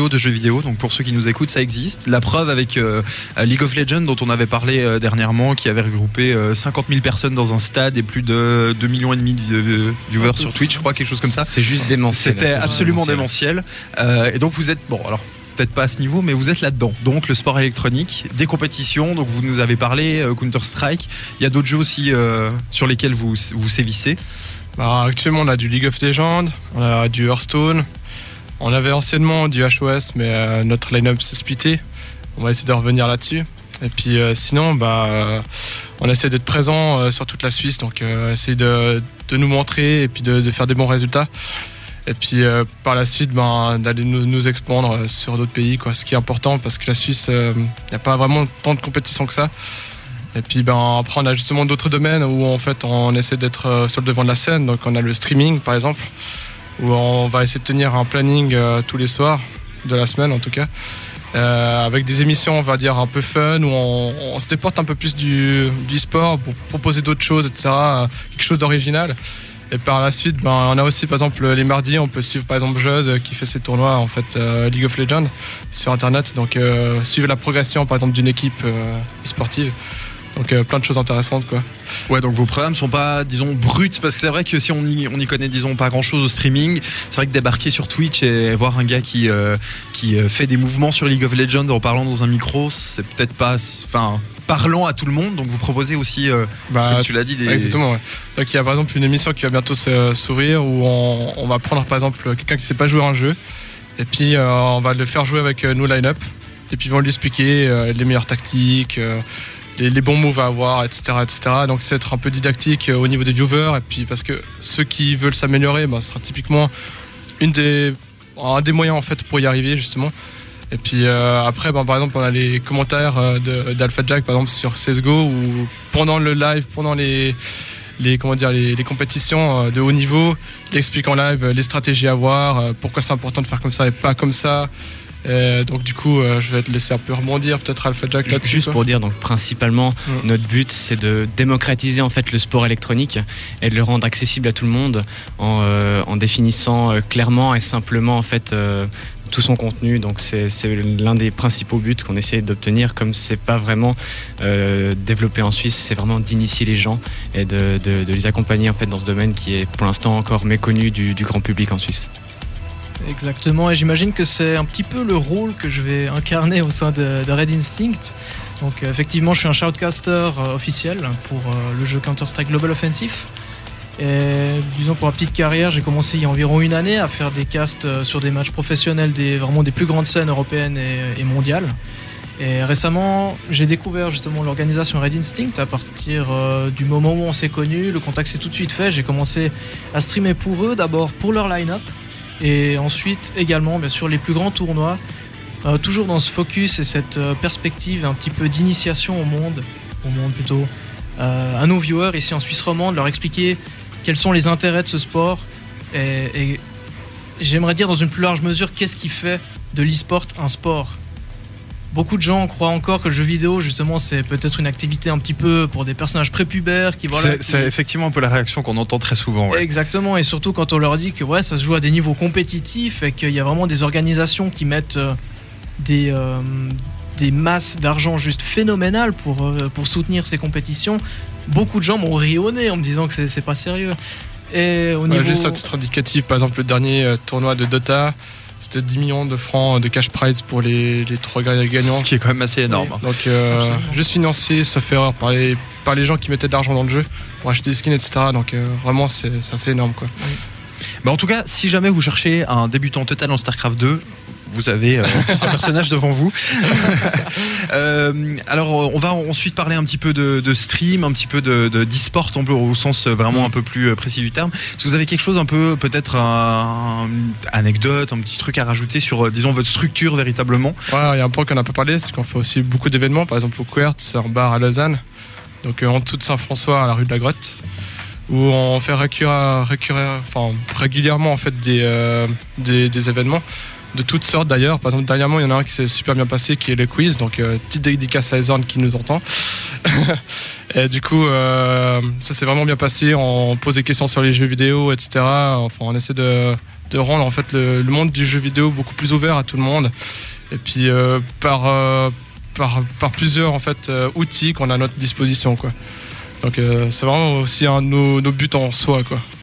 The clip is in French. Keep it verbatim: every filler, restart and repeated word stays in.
duo de jeux vidéo. Donc pour ceux qui nous écoutent, ça existe. La preuve avec euh, League of Legends dont on avait parlé euh, dernièrement, qui avait regroupé euh, cinquante mille personnes dans un stade et plus de deux millions et demi de euh, viewers sur Twitch, je crois, quelque chose comme ça. C'est juste démentiel. C'était là, absolument démentiel. Euh, et donc vous êtes bon alors. Peut-être pas à ce niveau, mais vous êtes là-dedans. Donc le sport électronique, des compétitions. Donc vous nous avez parlé euh, Counter-Strike. Il y a d'autres jeux aussi euh, sur lesquels vous vous sévissez. Bah, actuellement, on a du League of Legends, on a du Hearthstone. On avait anciennement du H O S, mais euh, notre line-up s'est splitté. On va essayer de revenir là-dessus. Et puis euh, sinon, bah, euh, on essaie d'être présent euh, sur toute la Suisse, donc euh, essayer de, de nous montrer et puis de, de faire des bons résultats. Et puis euh, par la suite, ben, d'aller nous, nous expandre sur d'autres pays, quoi. Ce qui est important parce que la Suisse, il euh, n'y a pas vraiment tant de compétition que ça. Et puis ben, après, on a justement d'autres domaines où en fait, on essaie d'être euh, sur le devant de la scène. Donc on a le streaming par exemple, où on va essayer de tenir un planning euh, tous les soirs, de la semaine en tout cas, euh, avec des émissions, on va dire, un peu fun, où on, on se déporte un peu plus du, du sport pour proposer d'autres choses, et cetera. Quelque chose d'original. Et par la suite, ben, on a aussi par exemple les mardis, on peut suivre par exemple Jud qui fait ses tournois en fait euh, League of Legends sur internet. Donc euh, suivre la progression par exemple d'une équipe euh, sportive. Donc euh, plein de choses intéressantes quoi. Ouais, donc vos programmes sont pas, disons, bruts, parce que c'est vrai que si on y, on y connaît, disons, pas grand chose au streaming, c'est vrai que débarquer sur Twitch et voir un gars qui, euh, qui fait des mouvements sur League of Legends en parlant dans un micro, c'est peut-être pas, enfin, parlant à tout le monde. Donc vous proposez aussi, euh, bah, comme tu l'as dit, des... Exactement, ouais. Donc il y a par exemple une émission qui va bientôt se, s'ouvrir où on, on va prendre par exemple quelqu'un qui sait pas jouer à un jeu et puis euh, on va le faire jouer avec nos line-up et puis ils vont lui expliquer euh, les meilleures tactiques, euh, Les, les bons moves à avoir, et cetera, et cetera. Donc c'est être un peu didactique au niveau des viewers, et puis parce que ceux qui veulent s'améliorer, bah, ce sera typiquement une des, un des moyens en fait pour y arriver justement. Et puis euh, après, bah, par exemple, on a les commentaires de, d'Alpha Jack par exemple sur C S G O, où pendant le live, pendant les les comment dire les, les compétitions de haut niveau, il explique en live les stratégies à avoir, pourquoi c'est important de faire comme ça et pas comme ça. Et donc du coup euh, je vais te laisser un peu rebondir peut-être Alpha Jack là-dessus. Juste quoi. Pour dire, donc principalement mmh. notre but c'est de démocratiser en fait le sport électronique et de le rendre accessible à tout le monde en, euh, en définissant euh, clairement et simplement en fait euh, tout son contenu. Donc c'est, c'est l'un des principaux buts qu'on essaie d'obtenir, comme c'est pas vraiment euh, développé en Suisse, c'est vraiment d'initier les gens et de, de, de les accompagner en fait dans ce domaine qui est pour l'instant encore méconnu du, du grand public en Suisse. Exactement, et j'imagine que c'est un petit peu le rôle que je vais incarner au sein de, de Red Instinct. Donc euh, effectivement, je suis un shoutcaster euh, officiel pour euh, le jeu Counter-Strike Global Offensive. Et disons, pour ma petite carrière, j'ai commencé il y a environ une année à faire des casts euh, sur des matchs professionnels des, vraiment des plus grandes scènes européennes et, et mondiales. Et récemment, j'ai découvert justement l'organisation Red Instinct à partir euh, du moment où on s'est connus. Le contact s'est tout de suite fait. J'ai commencé à streamer pour eux, d'abord pour leur line-up. Et ensuite également bien sûr les plus grands tournois, euh, toujours dans ce focus et cette euh, perspective un petit peu d'initiation au monde, au monde plutôt, euh, à nos viewers ici en Suisse romande, leur expliquer quels sont les intérêts de ce sport et, et j'aimerais dire dans une plus large mesure qu'est-ce qui fait de l'e-sport un sport. Beaucoup de gens croient encore que le jeu vidéo, justement, c'est peut-être une activité un petit peu pour des personnages prépubères qui voilà. C'est, qui... c'est effectivement un peu la réaction qu'on entend très souvent. Ouais. Exactement, et surtout quand on leur dit que ouais, ça se joue à des niveaux compétitifs et qu'il y a vraiment des organisations qui mettent euh, des euh, des masses d'argent juste phénoménales pour euh, pour soutenir ces compétitions. Beaucoup de gens m'ont ri au nez en me disant que c'est, c'est pas sérieux. Et au niveau... ouais, juste à titre indicatif, par exemple, le dernier euh, tournoi de Dota. C'était dix millions de francs de cash prize pour les, les trois gagnants. Ce qui est quand même assez énorme. Oui. Donc, euh, juste financé, sauf erreur, par les, par les gens qui mettaient de l'argent dans le jeu pour acheter des skins, et cetera. Donc, euh, vraiment, c'est, c'est assez énorme, quoi. Oui. Bah en tout cas, si jamais vous cherchez un débutant total en StarCraft deux, vous avez euh, un personnage devant vous. euh, alors, on va ensuite parler un petit peu de, de stream, un petit peu de, de d'e-sport, au sens vraiment un peu plus précis du terme. Si vous avez quelque chose un peu, peut-être un, une anecdote, un petit truc à rajouter sur, disons, votre structure véritablement. Ouais, il y a un point qu'on n'a pas parlé, c'est qu'on fait aussi beaucoup d'événements, par exemple au Quertz, un bar à Lausanne, donc euh, en dessous de Saint-François, à la rue de la Grotte, où on fait récurre, récurre, enfin, régulièrement en fait des, euh, des, des événements. De toutes sortes d'ailleurs. Par exemple, dernièrement, il y en a un qui s'est super bien passé, qui est le quiz. Donc, euh, petite dédicace à Ezorn qui nous entend. Et du coup, euh, ça s'est vraiment bien passé. On pose des questions sur les jeux vidéo, et cetera. Enfin, on essaie de, de rendre en fait le, le monde du jeu vidéo beaucoup plus ouvert à tout le monde. Et puis euh, par, euh, par par plusieurs en fait euh, outils qu'on a à notre disposition, quoi. Donc euh, c'est vraiment aussi un de nos, nos buts en soi, quoi.